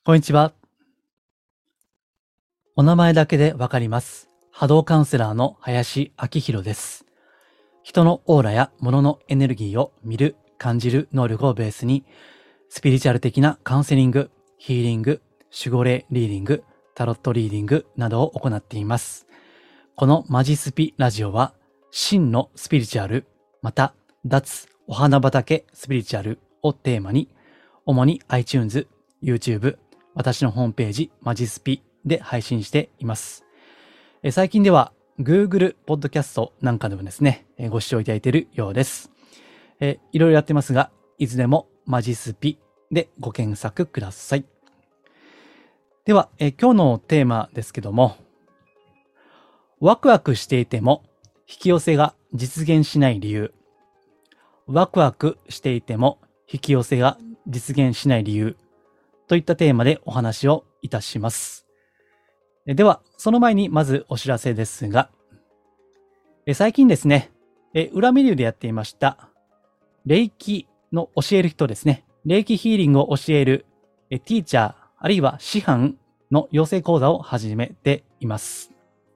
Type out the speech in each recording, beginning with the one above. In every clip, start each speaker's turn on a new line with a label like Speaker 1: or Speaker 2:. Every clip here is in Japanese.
Speaker 1: こんにちは。お名前だけでわかります。波動カウンセラーの林明宏です。人のオーラや物のエネルギーを見る、感じる能力をベースに、スピリチュアル的なカウンセリング、ヒーリング、守護霊リーディング、タロットリーディングなどを行っています。このマジスピラジオは、真のスピリチュアル、また脱お花畑スピリチュアルをテーマに、主に iTunes、YouTube、私のホームページマジスピで配信しています。最近では Google ポッドキャストなんかでもですね、ご視聴いただいているようです。いろいろやってますが、いずれもマジスピでご検索ください。では、今日のテーマですけども、ワクワクしていても引き寄せが実現しない理由。ワクワクしていても引き寄せが実現しない理由といったテーマでお話をいたします。では、その前にまずお知らせですが、最近ですね、裏メニューでやっていました、霊気の教える人ですね、霊気ヒーリングを教えるティーチャー、あるいは師範の養成講座を始めています。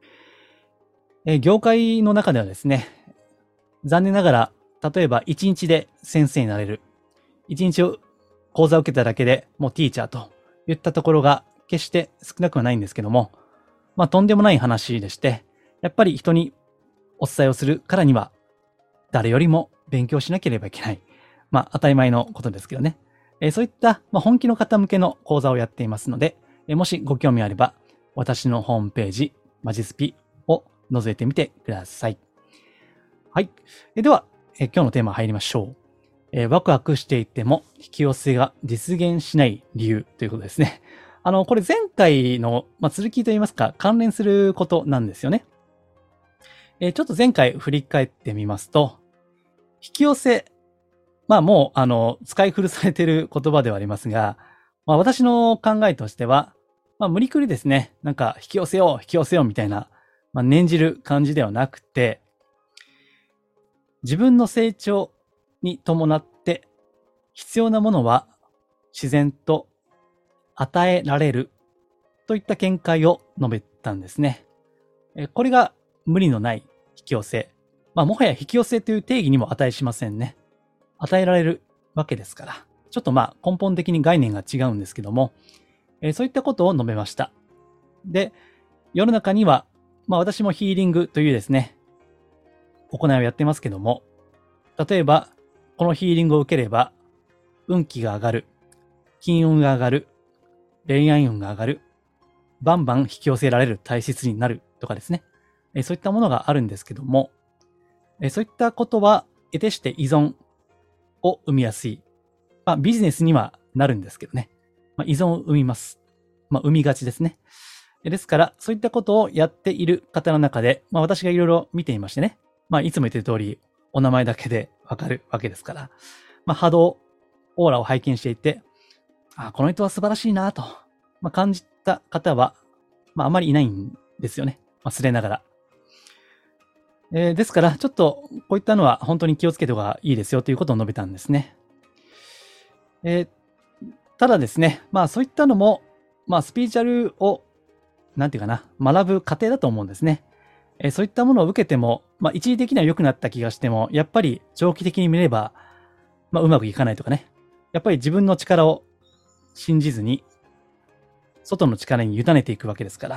Speaker 1: 業界の中ではですね、残念ながら、例えば1日で先生になれる、1日を講座を受けただけでもうティーチャーといったところが決して少なくはないんですけども、とんでもない話でして、やっぱり人にお伝えをするからには誰よりも勉強しなければいけない。当たり前のことですけどね。そういった本気の方向けの講座をやっていますので、もしご興味あれば私のホームページマジスピを覗いてみてください。はい。では、今日のテーマ入りましょう。ワクワクしていても引き寄せが実現しない理由ということですね。これ前回の、続きといいますか、関連することなんですよね。ちょっと前回振り返ってみますと、引き寄せ、もう、使い古されている言葉ではありますが、私の考えとしては、無理くりですね、なんか引き寄せようみたいな、念じる感じではなくて、自分の成長に伴って必要なものは自然と与えられるといった見解を述べたんですね。これが無理のない引き寄せ。もはや引き寄せという定義にも値しませんね。与えられるわけですから。ちょっと根本的に概念が違うんですけども、そういったことを述べました。で、世の中には、私もヒーリングというですね、行いをやってますけども、例えば、このヒーリングを受ければ、運気が上がる、金運が上がる、恋愛運が上がる、バンバン引き寄せられる体質になるとかですね。そういったものがあるんですけども、そういったことは得てして依存を生みやすい。ビジネスにはなるんですけどね。依存を生みます。生みがちですね。ですから、そういったことをやっている方の中で、私がいろいろ見ていましてね。いつも言ってる通り、お名前だけでわかるわけですから。波動、オーラを拝見していて、この人は素晴らしいなと、感じた方は、あまりいないんですよね。忘れながら。ですから、ちょっとこういったのは本当に気をつけた方がいいですよということを述べたんですね。ただですね、そういったのも、スピリチュアルを、学ぶ過程だと思うんですね。そういったものを受けても、一時的には良くなった気がしても、やっぱり長期的に見れば、うまくいかないとかね。やっぱり自分の力を信じずに、外の力に委ねていくわけですから。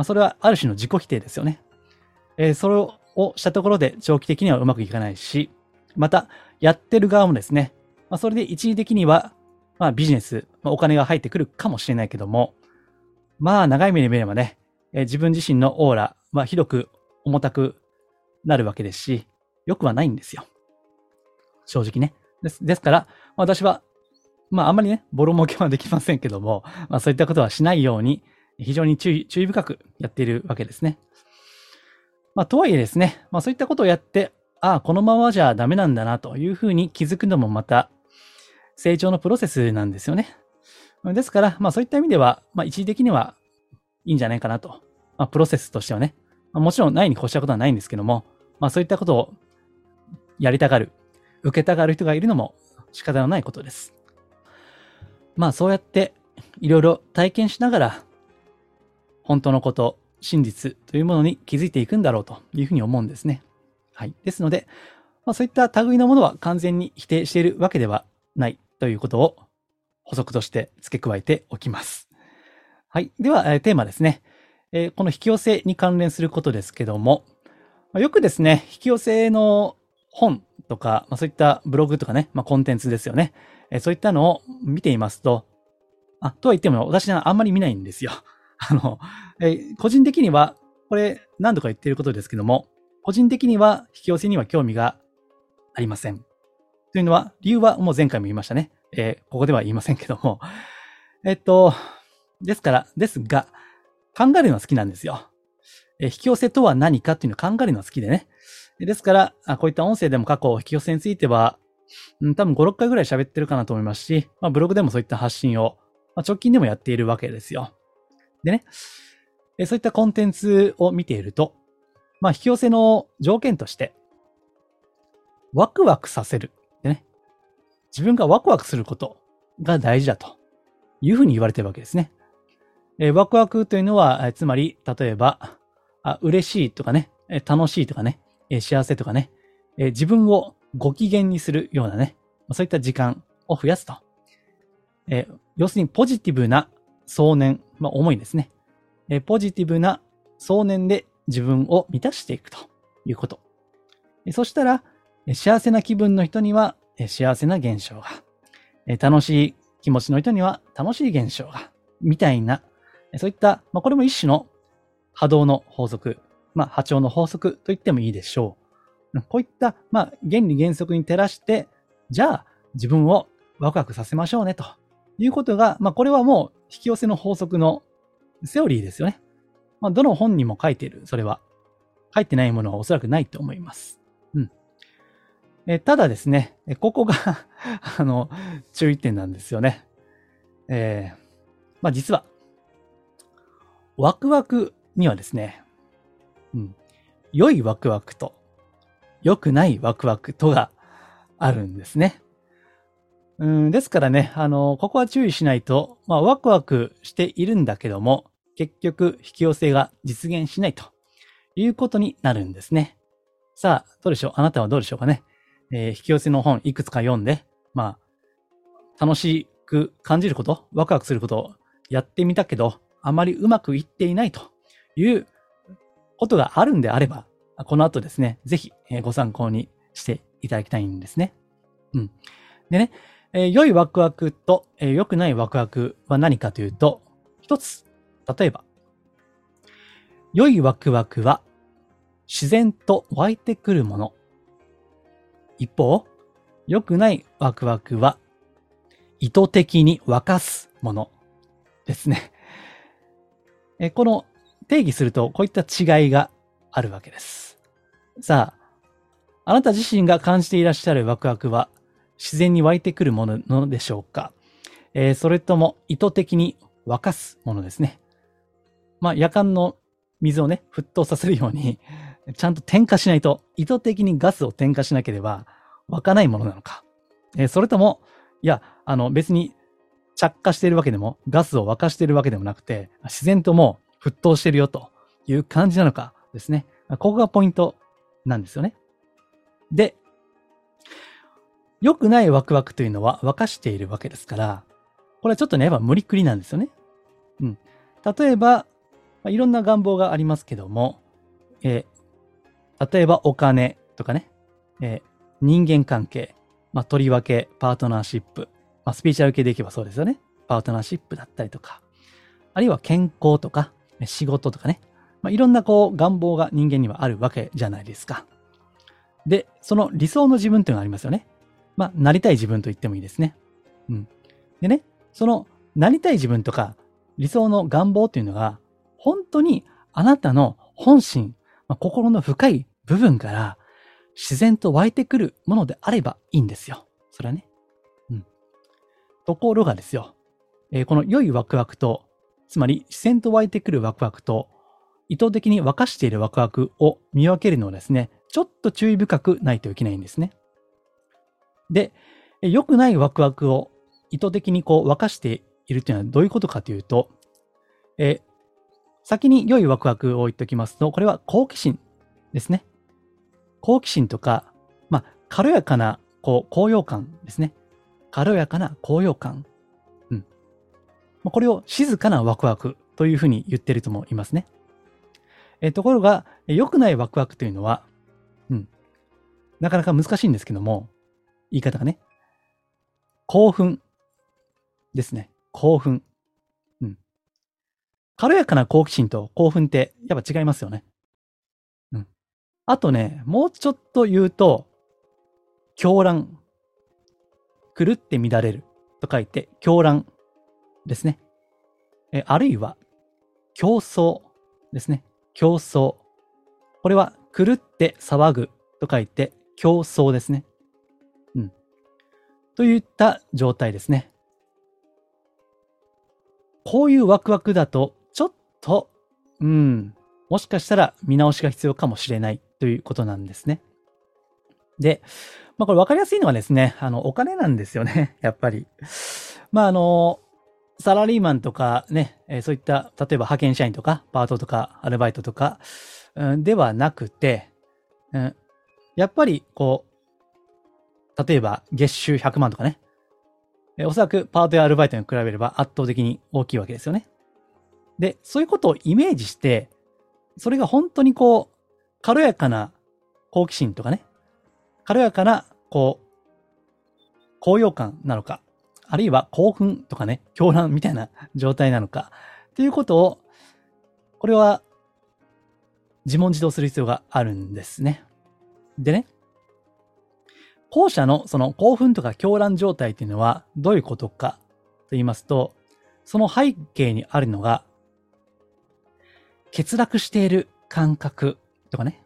Speaker 1: それはある種の自己否定ですよね。それをしたところで長期的にはうまくいかないし、また、やってる側もですね、それで一時的には、ビジネス、お金が入ってくるかもしれないけども、長い目で見ればね、自分自身のオーラ、ひどく重たくなるわけですし、良くはないんですよ。正直ね。ですから、私は、あんまりね、ボロ儲けはできませんけども、そういったことはしないように、非常に注意深くやっているわけですね。とはいえですね、そういったことをやって、このままじゃダメなんだなというふうに気づくのもまた、成長のプロセスなんですよね。ですから、そういった意味では、一時的にはいいんじゃないかなと。プロセスとしてはね。もちろんないに越したことはないんですけども、そういったことをやりたがる、受けたがる人がいるのも仕方のないことです。そうやっていろいろ体験しながら、本当のこと、真実というものに気づいていくんだろうというふうに思うんですね。はい。ですので、そういった類のものは完全に否定しているわけではないということを補足として付け加えておきます。はい。では、テーマですね。この引き寄せに関連することですけども、よくですね、引き寄せの本とか、そういったブログとかね、コンテンツですよね。そういったのを見ていますと、とは言っても私はあんまり見ないんですよ。個人的には、これ何度か言っていることですけども、個人的には引き寄せには興味がありません。というのは、理由はもう前回も言いましたね。ここでは言いませんけども。ですが、考えるのは好きなんですよ。引き寄せとは何かっていうのを考えるのは好きでね。ですから、こういった音声でも過去引き寄せについては、多分5、6回ぐらい喋ってるかなと思いますし、ブログでもそういった発信を、直近でもやっているわけですよ。でね、そういったコンテンツを見ていると、引き寄せの条件として、ワクワクさせる。でね、自分がワクワクすることが大事だというふうに言われているわけですね。ワクワクというのは、つまり、例えば、嬉しいとかね、楽しいとかね、幸せとかね、自分をご機嫌にするようなね、そういった時間を増やすと。要するにポジティブな想念、思いですね。ポジティブな想念で自分を満たしていくということ。そしたら、幸せな気分の人には幸せな現象が、楽しい気持ちの人には楽しい現象が、みたいな、そういった、これも一種の波動の法則、波長の法則と言ってもいいでしょう。こういった、原理原則に照らして、じゃあ自分をワクワクさせましょうねということが、これはもう引き寄せの法則のセオリーですよね。どの本にも書いている、それは。書いてないものはおそらくないと思います。ただですね、ここが注意点なんですよね。実は、ワクワクにはですね、良いワクワクと、良くないワクワクとがあるんですね。ですからね、ここは注意しないと、ワクワクしているんだけども、結局引き寄せが実現しないということになるんですね。さあ、どうでしょう？あなたはどうでしょうかね？引き寄せの本いくつか読んで、楽しく感じること、ワクワクすることをやってみたけど、あまりうまくいっていないということがあるんであれば、この後ですね、ぜひご参考にしていただきたいんですね。でね、良いワクワクと良くないワクワクは何かというと、一つ、例えば、良いワクワクは自然と湧いてくるもの。一方、良くないワクワクは意図的に沸かすものですね。この定義するとこういった違いがあるわけです。さあ、あなた自身が感じていらっしゃるワクワクは自然に湧いてくるものでしょうか？それとも意図的に沸かすものですね。夜間の水をね、沸騰させるようにちゃんと点火しないと、意図的にガスを点火しなければ湧かないものなのか。それとも、別に着火しているわけでも、ガスを沸かしているわけでもなくて、自然ともう沸騰しているよという感じなのかですね。ここがポイントなんですよね。で、良くないワクワクというのは沸かしているわけですから、これはちょっとね、やっぱ無理くりなんですよね。例えば、いろんな願望がありますけども、例えばお金とかね、人間関係、とりわけパートナーシップ、スピーチャル系でいけばそうですよね。パートナーシップだったりとか、あるいは健康とか、仕事とかね、いろんな願望が人間にはあるわけじゃないですか。で、その理想の自分っていうのがありますよね。なりたい自分と言ってもいいですね。でね、そのなりたい自分とか理想の願望っていうのが本当にあなたの本心、心の深い部分から自然と湧いてくるものであればいいんですよ。それはね。ところがですよ、この良いワクワクと、つまり自然と湧いてくるワクワクと、意図的に沸かしているワクワクを見分けるのはですね、ちょっと注意深くないといけないんですね。で、良くないワクワクを意図的に沸かしているというのはどういうことかというと、先に良いワクワクを言っておきますと、これは好奇心ですね。好奇心とか、軽やかな、高揚感ですね。軽やかな高揚感。これを静かなワクワクというふうに言っているとも言いますね。ところが、良くないワクワクというのは、なかなか難しいんですけども、言い方がね、興奮ですね。興奮。軽やかな好奇心と興奮ってやっぱ違いますよね。あとね、もうちょっと言うと、狂乱。狂って乱れると書いて、狂乱ですね。あるいは、競争ですね。競争。これは、狂って騒ぐと書いて、競争ですね。といった状態ですね。こういうワクワクだと、ちょっと、もしかしたら見直しが必要かもしれないということなんですね。で、これ分かりやすいのはですね、お金なんですよね、やっぱり。サラリーマンとかね、そういった、例えば派遣社員とか、パートとか、アルバイトとか、ではなくて、やっぱり、例えば月収100万とかね、おそらくパートやアルバイトに比べれば圧倒的に大きいわけですよね。で、そういうことをイメージして、それが本当に軽やかな好奇心とかね、軽やかな、高揚感なのか、あるいは興奮とかね、狂乱みたいな状態なのか、っていうことを、これは自問自答する必要があるんですね。でね、後者のその興奮とか狂乱状態っていうのはどういうことかと言いますと、その背景にあるのが、欠落している感覚とかね、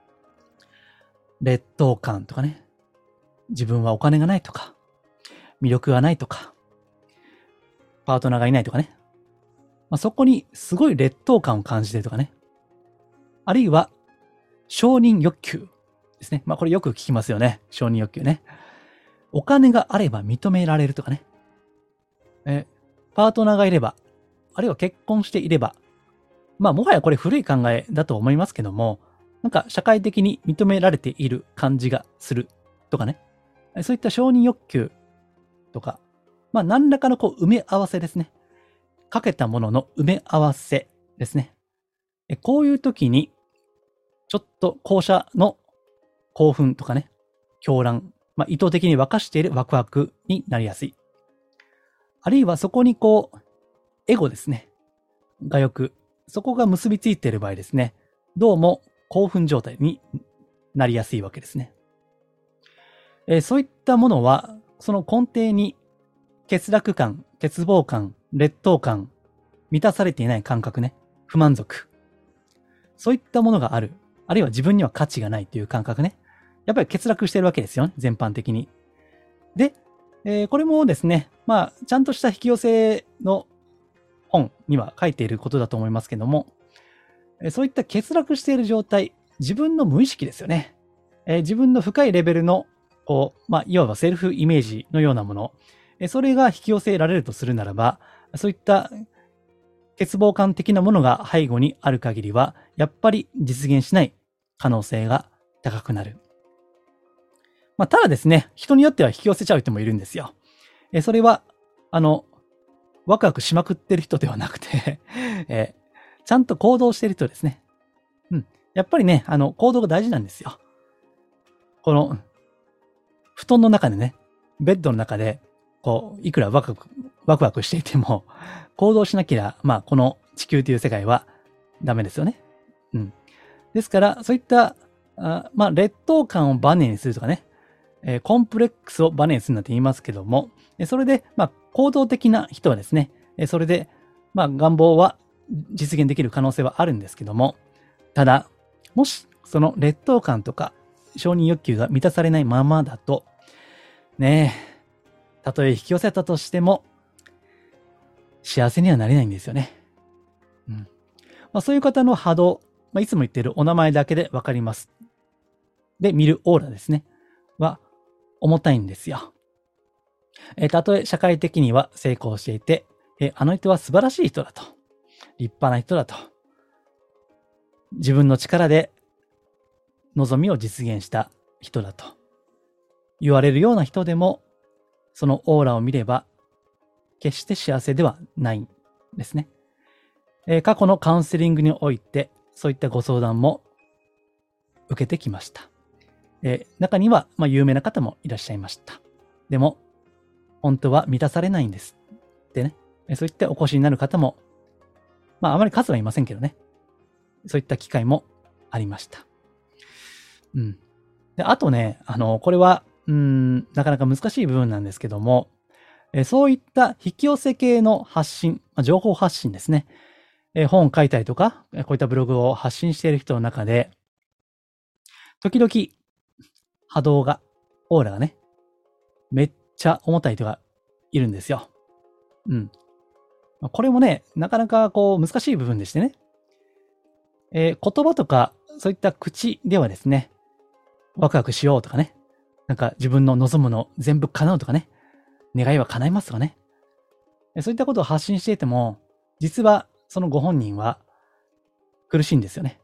Speaker 1: 劣等感とかね、自分はお金がないとか、魅力がないとか、パートナーがいないとかね、そこにすごい劣等感を感じているとかね、あるいは承認欲求ですね。これよく聞きますよね。承認欲求ね。お金があれば認められるとかね。パートナーがいれば、あるいは結婚していれば、もはやこれ古い考えだと思いますけども、なんか社会的に認められている感じがするとかね。そういった承認欲求とか、何らかの埋め合わせですね。かけたものの埋め合わせですね。こういう時に、ちょっと後者の興奮とかね、狂乱、意図的に沸かしているワクワクになりやすい。あるいはそこにエゴですね。がよく、そこが結びついている場合ですね。どうも興奮状態になりやすいわけですね。そういったものは、その根底に欠落感、欠乏感、劣等感、満たされていない感覚ね、不満足。そういったものがある。あるいは自分には価値がないという感覚ね。やっぱり欠落しているわけですよね、全般的に。で、これもですね、ちゃんとした引き寄せの本には書いていることだと思いますけども、そういった欠落している状態、自分の無意識ですよね。自分の深いレベルの、いわばセルフイメージのようなもの、それが引き寄せられるとするならば、そういった欠乏感的なものが背後にある限りは、やっぱり実現しない可能性が高くなる。ただですね、人によっては引き寄せちゃう人もいるんですよ。それは、ワクワクしまくってる人ではなくてちゃんと行動してる人ですね。やっぱりね、行動が大事なんですよ。この、布団の中でね、ベッドの中で、いくらワクワクしていても、行動しなきゃ、この地球という世界はダメですよね。ですから、そういった、劣等感をバネにするとかね、コンプレックスをバネにするなんて言いますけども、それで、行動的な人はですね、それで、願望は実現できる可能性はあるんですけども、ただ、もし、その劣等感とか承認欲求が満たされないままだと、ねえ、たとえ引き寄せたとしても、幸せにはなれないんですよね。そういう方の波動、いつも言っているお名前だけでわかります。で、見るオーラですね。は、重たいんですよ。たとえ社会的には成功していて、 あの人は素晴らしい人だと。立派な人だと。自分の力で望みを実現した人だと言われるような人でも、そのオーラを見れば決して幸せではないんですね。過去のカウンセリングにおいてそういったご相談も受けてきました。中には有名な方もいらっしゃいました。でも本当は満たされないんですってね、そういったお越しになる方もあまり数はいませんけどね、そういった機会もありました。で、あとね、これはなかなか難しい部分なんですけども、そういった引き寄せ系の発信、情報発信ですね。本を書いたりとか、こういったブログを発信している人の中で、時々波動が、オーラがね、めっちゃ重たい人がいるんですよ。これもね、なかなか難しい部分でしてね。言葉とか、そういった口ではですね、ワクワクしようとかね、なんか自分の望むの全部叶うとかね、願いは叶いますとかね。そういったことを発信していても、実はそのご本人は苦しいんですよね。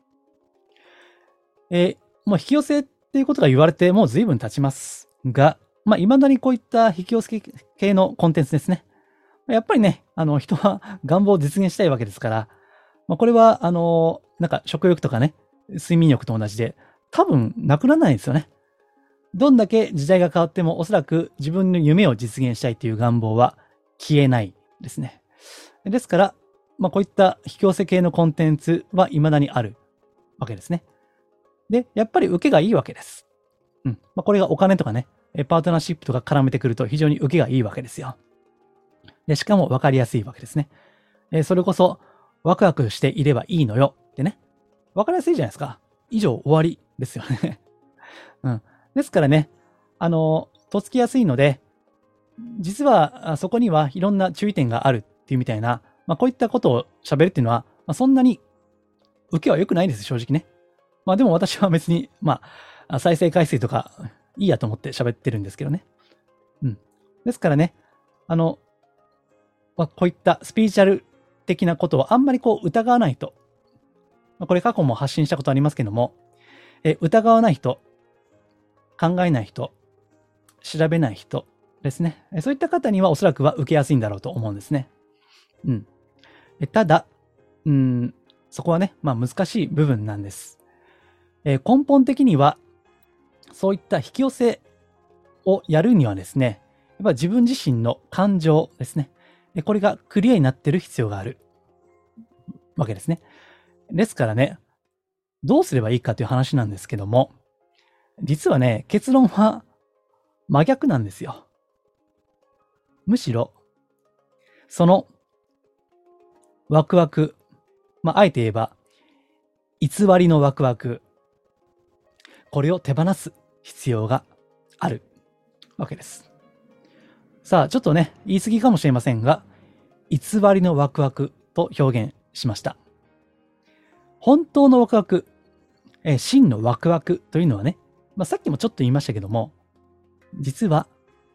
Speaker 1: もう引き寄せっていうことが言われてもう随分経ちますが、未だにこういった引き寄せ系のコンテンツですね。やっぱりね、人は願望を実現したいわけですから、これは、なんか食欲とかね、睡眠欲と同じで、多分なくならないですよね。どんだけ時代が変わっても、おそらく自分の夢を実現したいという願望は消えないですね。ですから、こういった引き寄せ系のコンテンツは未だにあるわけですね。で、やっぱり受けがいいわけです。これがお金とかね、パートナーシップとか絡めてくると非常に受けがいいわけですよ。で、しかも分かりやすいわけですね。それこそ、ワクワクしていればいいのよってね。分かりやすいじゃないですか。以上終わりですよね。ですからね、とっつきやすいので、実はそこにはいろんな注意点があるっていうみたいな、こういったことを喋るっていうのは、そんなに受けは良くないです、正直ね。でも私は別に、再生回数とかいいやと思って喋ってるんですけどね。ですからね、こういったスピリチュアル的なことをあんまり疑わない人。これ過去も発信したことありますけども、疑わない人、考えない人、調べない人ですね。そういった方にはおそらくは受けやすいんだろうと思うんですね。ただ、そこはね、難しい部分なんです。根本的には、そういった引き寄せをやるにはですね、やっぱ自分自身の感情ですね。これがクリアになっている必要があるわけですね。ですからね、どうすればいいかという話なんですけども、実はね、結論は真逆なんですよ。むしろ、そのワクワク、あえて言えば、偽りのワクワク、これを手放す必要があるわけです。さあ、ちょっとね、言い過ぎかもしれませんが、偽りのワクワクと表現しました。本当のワクワク、真のワクワクというのはね、さっきもちょっと言いましたけども、実は、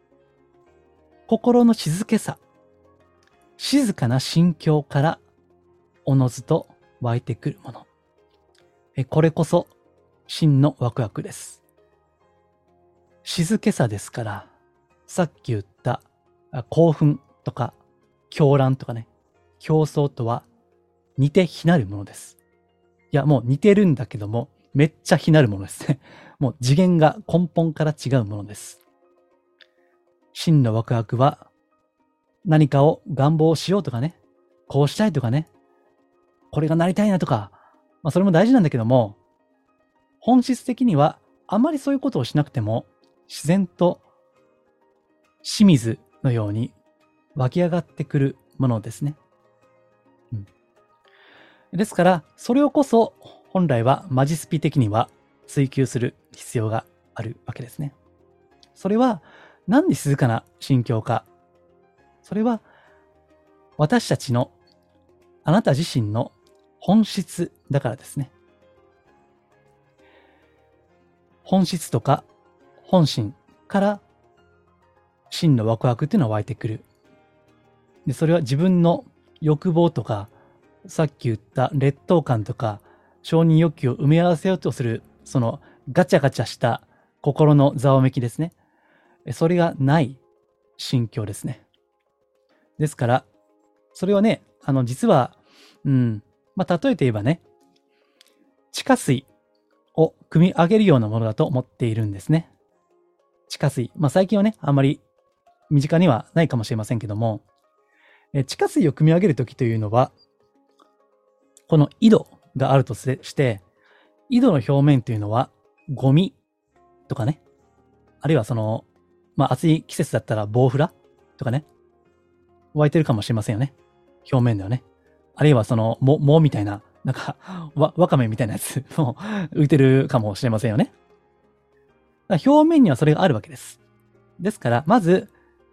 Speaker 1: 心の静けさ、静かな心境からおのずと湧いてくるもの。これこそ真のワクワクです。静けさですから、さっき言った興奮とか狂乱とかね、競争とは似て非なるものです。いや、もう似てるんだけども、めっちゃ非なるものですね。もう次元が根本から違うものです。真のワクワクは何かを願望しようとかね、こうしたいとかね、これがなりたいなとか、それも大事なんだけども、本質的にはあまりそういうことをしなくても自然と清水のように湧き上がってくるものですね。ですから、それをこそ本来はマジスピ的には追求する必要があるわけですね。それはなんで静かな心境か。それは私たちのあなた自身の本質だからですね。本質とか本心から真のワクワクっていうのは湧いてくる。 で、それは自分の欲望とか、さっき言った劣等感とか、承認欲求を埋め合わせようとする、そのガチャガチャした心のざわめきですね。それがない心境ですね。ですから、それはね、実は、例えて言えばね、地下水を汲み上げるようなものだと思っているんですね。地下水。最近はね、あんまり身近にはないかもしれませんけども、地下水を汲み上げるときというのは、この井戸があるとして、井戸の表面というのはゴミとかね、あるいは暑い季節だったらボウフラとかね、湧いてるかもしれませんよね。表面ではね。あるいは藻みたいな、わかめみたいなやつも浮いてるかもしれませんよね。表面にはそれがあるわけです。ですから、まず、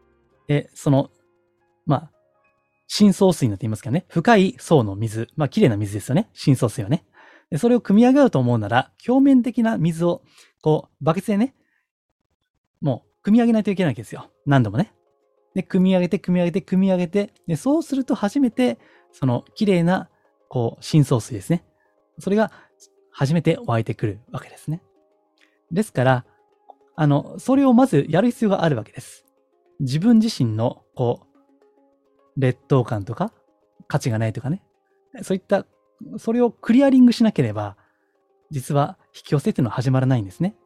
Speaker 1: 深層水になって言いますかね。深い層の水。綺麗な水ですよね。深層水はね。でそれを汲み上げようと思うなら、表面的な水を、バケツでね、もう、汲み上げないといけないわけですよ。何度もね。で、汲み上げて、で、そうすると初めて、綺麗な、深層水ですね。それが、初めて湧いてくるわけですね。ですから、それをまずやる必要があるわけです。自分自身の、劣等感とか、価値がないとかね。そういった、それをクリアリングしなければ、実は引き寄せっていうのは始まらないんですね。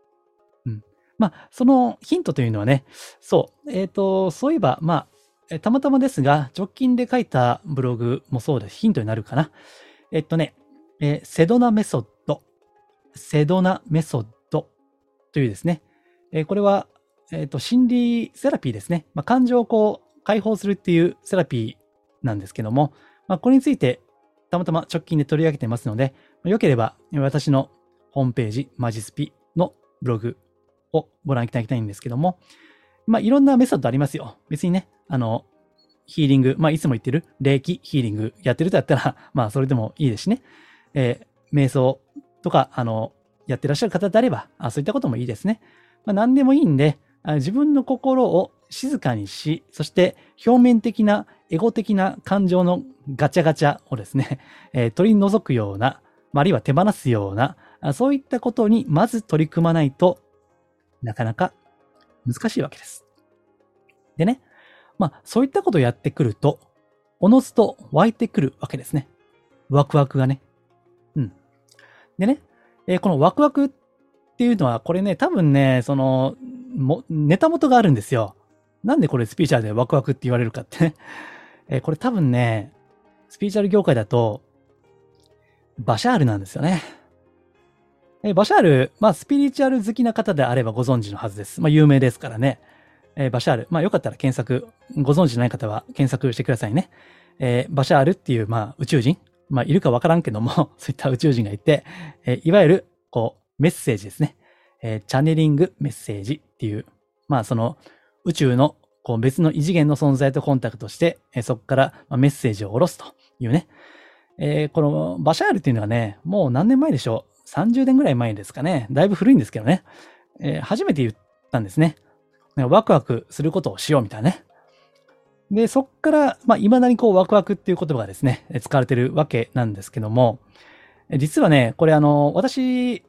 Speaker 1: そのヒントというのはね、そういえば、たまたまですが、直近で書いたブログもそうです。ヒントになるかな。セドナメソッドというですね、これは、心理セラピーですね。感情を解放するっていうセラピーなんですけども、これについてたまたま直近で取り上げてますので、よければ私のホームページ、マジスピのブログをご覧いただきたいんですけども、いろんなメソッドありますよ。別にね、ヒーリング、いつも言ってる霊気ヒーリングやってるとやったら、それでもいいですしね。瞑想とか、やってらっしゃる方であれば、そういったこともいいですね。何でもいいんで、自分の心を静かにし、そして表面的なエゴ的な感情のガチャガチャをですね、取り除くような、あるいは手放すような、そういったことにまず取り組まないとなかなか難しいわけです。でね、そういったことをやってくると、おのずと湧いてくるわけですね。ワクワクがね。でね、このワクワクっていうのは、これね、多分ね、ネタ元があるんですよ。なんでこれスピーチャルでワクワクって言われるかってね。これ多分ね、スピーチャル業界だと、バシャールなんですよね。バシャール、スピリチュアル好きな方であればご存知のはずです。有名ですからね。バシャール。よかったら検索、ご存知ない方は検索してくださいね。バシャールっていう、宇宙人。いるかわからんけども、そういった宇宙人がいて、いわゆる、メッセージですね。チャネリングメッセージっていう、宇宙の、別の異次元の存在とコンタクトして、そこから、メッセージを下ろすというね。このバシャールっていうのはね、もう何年前でしょう。30年ぐらい前ですかね。だいぶ古いんですけどね。初めて言ったんですね。ワクワクすることをしようみたいなね。で、そっから、未だにワクワクっていう言葉がですね、使われてるわけなんですけども、実はね、これ私、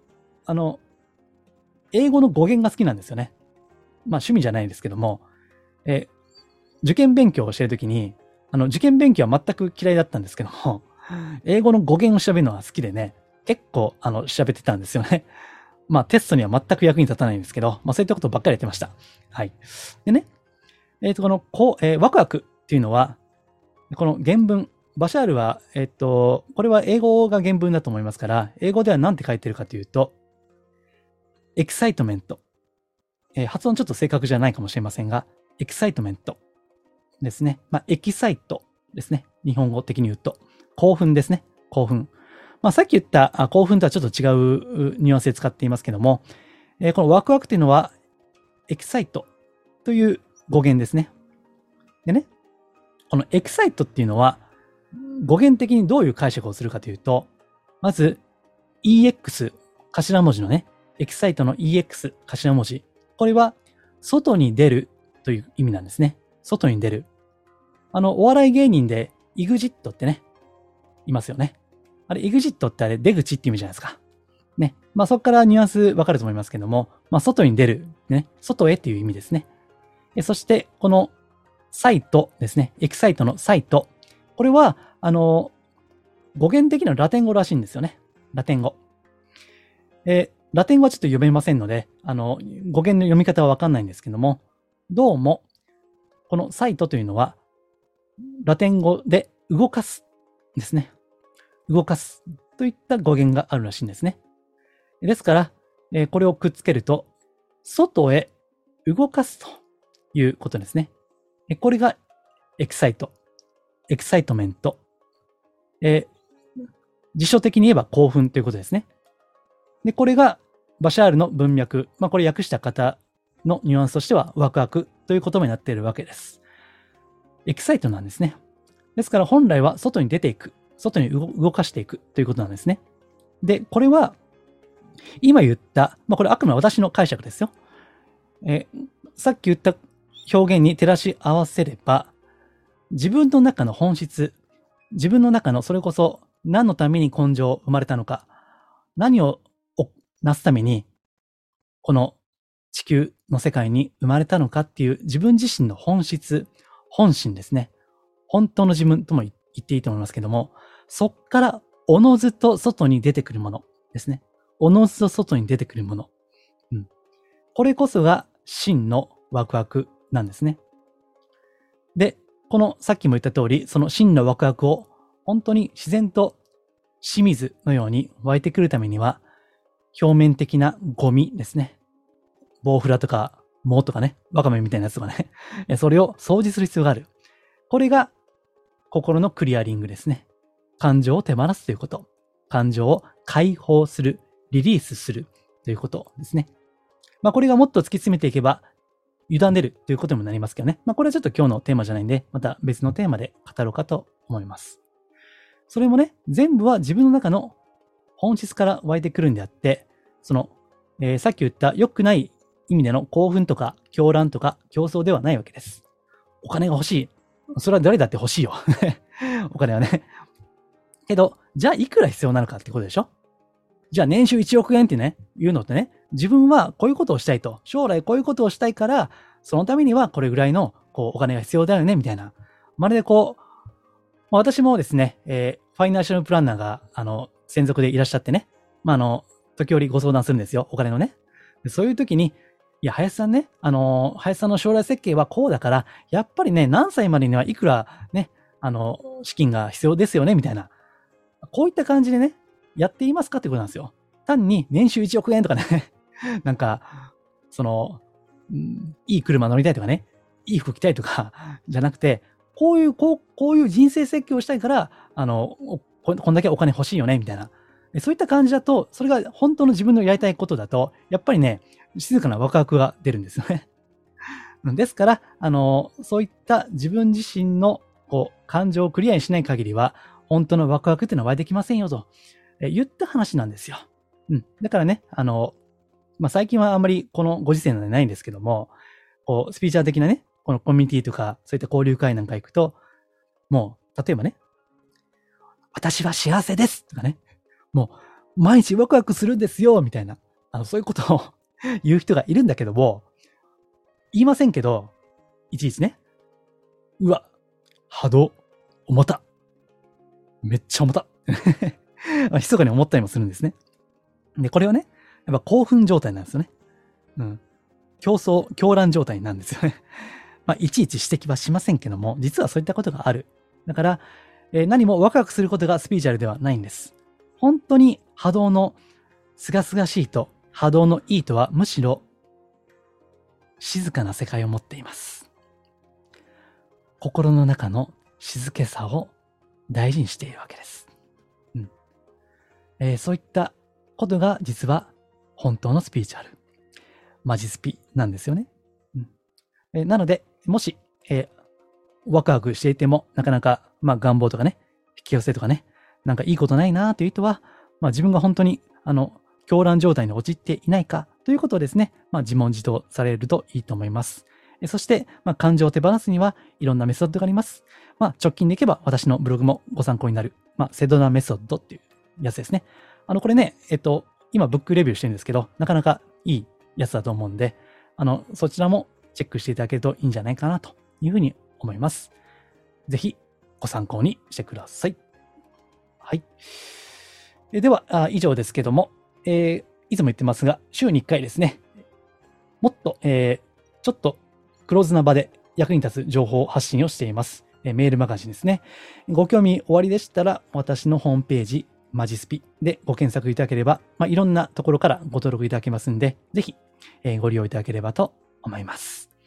Speaker 1: 英語の語源が好きなんですよね。趣味じゃないんですけども、受験勉強をしているときに、受験勉強は全く嫌いだったんですけども、英語の語源を調べるのは好きでね、結構、調べてたんですよね。テストには全く役に立たないんですけど、そういったことばっかりやってました。はい。でね、ワクワクっていうのは、この原文、バシャールは、これは英語が原文だと思いますから、英語では何て書いてるかというと、エキサイトメント。発音ちょっと正確じゃないかもしれませんが、エキサイトメントですね。エキサイトですね。日本語的に言うと。興奮ですね。興奮。さっき言った興奮とはちょっと違うニュアンスで使っていますけども、このワクワクというのは、エキサイトという語源ですね。でね、このエキサイトっていうのは、語源的にどういう解釈をするかというと、まず、EX、頭文字のね、エキサイトの EX、頭文字。これは、外に出るという意味なんですね。外に出る。 お笑い芸人で EXIT ってね、いますよね。あれ、EXIT ってあれ、出口って意味じゃないですか。ね。まあ、そこからニュアンスわかると思いますけども、まあ、外に出る、ね。外へっていう意味ですね。そして、このサイトですね。エキサイトのサイト。これは、語源的なラテン語らしいんですよね。ラテン語。ラテン語はちょっと読めませんので、語源の読み方はわかんないんですけども、どうも、このサイトというのは、ラテン語で動かすですね。動かすといった語源があるらしいんですね。ですから、これをくっつけると、外へ動かすということですね。これがエキサイト、エキサイトメント。辞書的に言えば興奮ということですね。で、これがバシャールの文脈、まあこれ訳した方のニュアンスとしてはワクワクという言葉になっているわけです。エキサイトなんですね。ですから本来は外に出ていく、外に動かしていくということなんですね。で、これは今言った、まあこれあくまで私の解釈ですよ。さっき言った表現に照らし合わせれば、自分の中の本質、自分の中のそれこそ何のために根性生まれたのか、何をなすためにこの地球の世界に生まれたのかっていう自分自身の本質、本心ですね。本当の自分とも言っていいと思いますけども、そっからおのずと外に出てくるものですね。おのずと外に出てくるもの。これこそが真のワクワクなんですね。で、このさっきも言った通り、その真のワクワクを本当に自然と清水のように湧いてくるためには、表面的なゴミですね。ボウフラとか、藻とかね、ワカメみたいなやつとかね。それを掃除する必要がある。これが心のクリアリングですね。感情を手放すということ。感情を解放する、リリースするということですね。まあこれがもっと突き詰めていけば、委ねるということにもなりますけどね。まあこれはちょっと今日のテーマじゃないんで、また別のテーマで語ろうかと思います。それもね、全部は自分の中の本質から湧いてくるんであって、その、さっき言った良くない意味での興奮とか狂乱とか競争ではないわけです。お金が欲しい。それは誰だって欲しいよ。お金はね。けど、じゃあいくら必要なのかってことでしょ？じゃあ年収1億円ってね、言うのってね、自分はこういうことをしたいと。将来こういうことをしたいから、そのためにはこれぐらいのお金が必要だよね、みたいな。まるで私もですね、ファイナンシャルプランナーが、専属でいらっしゃってね、時折ご相談するんですよ、お金のね。そういう時に、いや、林さんね、林さんの将来設計はこうだから、やっぱりね、何歳までにはいくらね、資金が必要ですよね、みたいな。こういった感じでね、やっていますかってことなんですよ。単に年収1億円とかね、なんか、いい車乗りたいとかね、いい服着たいとか、じゃなくて、こういう人生設計をしたいから、こんだけお金欲しいよね、みたいな。そういった感じだと、それが本当の自分のやりたいことだと、やっぱりね、静かなワクワクが出るんですよね。ですから、そういった自分自身の感情をクリアにしない限りは、本当のワクワクっていうのは湧いてきませんよと、言った話なんですよ。だからね、最近はあんまりこのご時世なのでないんですけども、スピーチャー的なね、このコミュニティとか、そういった交流会なんか行くと、もう、例えばね、私は幸せですとかね、もう、毎日ワクワクするんですよみたいな、そういうことを言う人がいるんだけども、言いませんけど、いちいちね、うわ、波動、重た。めっちゃ重た。密かに思ったりもするんですね。で、これはね、やっぱ興奮状態なんですよね。狂乱状態なんですよね。いちいち指摘はしませんけども、実はそういったことがある。だから、何もワクワクすることがスピーチャルではないんです。本当に波動の清々しいと、波動のいいとはむしろ静かな世界を持っています。心の中の静けさを大事にしているわけです。そういったことが実は本当のスピーチャル。マジスピなんですよね。なので、もし、ワクワクしていても、なかなか、願望とかね、引き寄せとかね、なんかいいことないなという人は、自分が本当に、狂乱状態に陥っていないかということをですね、自問自答されるといいと思います。 そして、感情を手放すにはいろんなメソッドがあります。直近でいけば私のブログもご参考になる、セドナメソッドっていうやつですね。これね、今ブックレビューしてるんですけど、なかなかいいやつだと思うんで、そちらもチェックしていただけるといいんじゃないかなというふうに思います。ぜひご参考にしてください。はい。では、以上ですけども、いつも言ってますが、週に1回ですね、もっと、ちょっとクローズな場で役に立つ情報発信をしています。メールマガジンですね。ご興味おありでしたら、私のホームページ、マジスピでご検索いただければ、いろんなところからご登録いただけますんで、ぜひ、ご利用いただければと思います。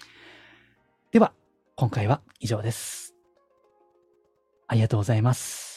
Speaker 1: では、今回は以上です。ありがとうございます。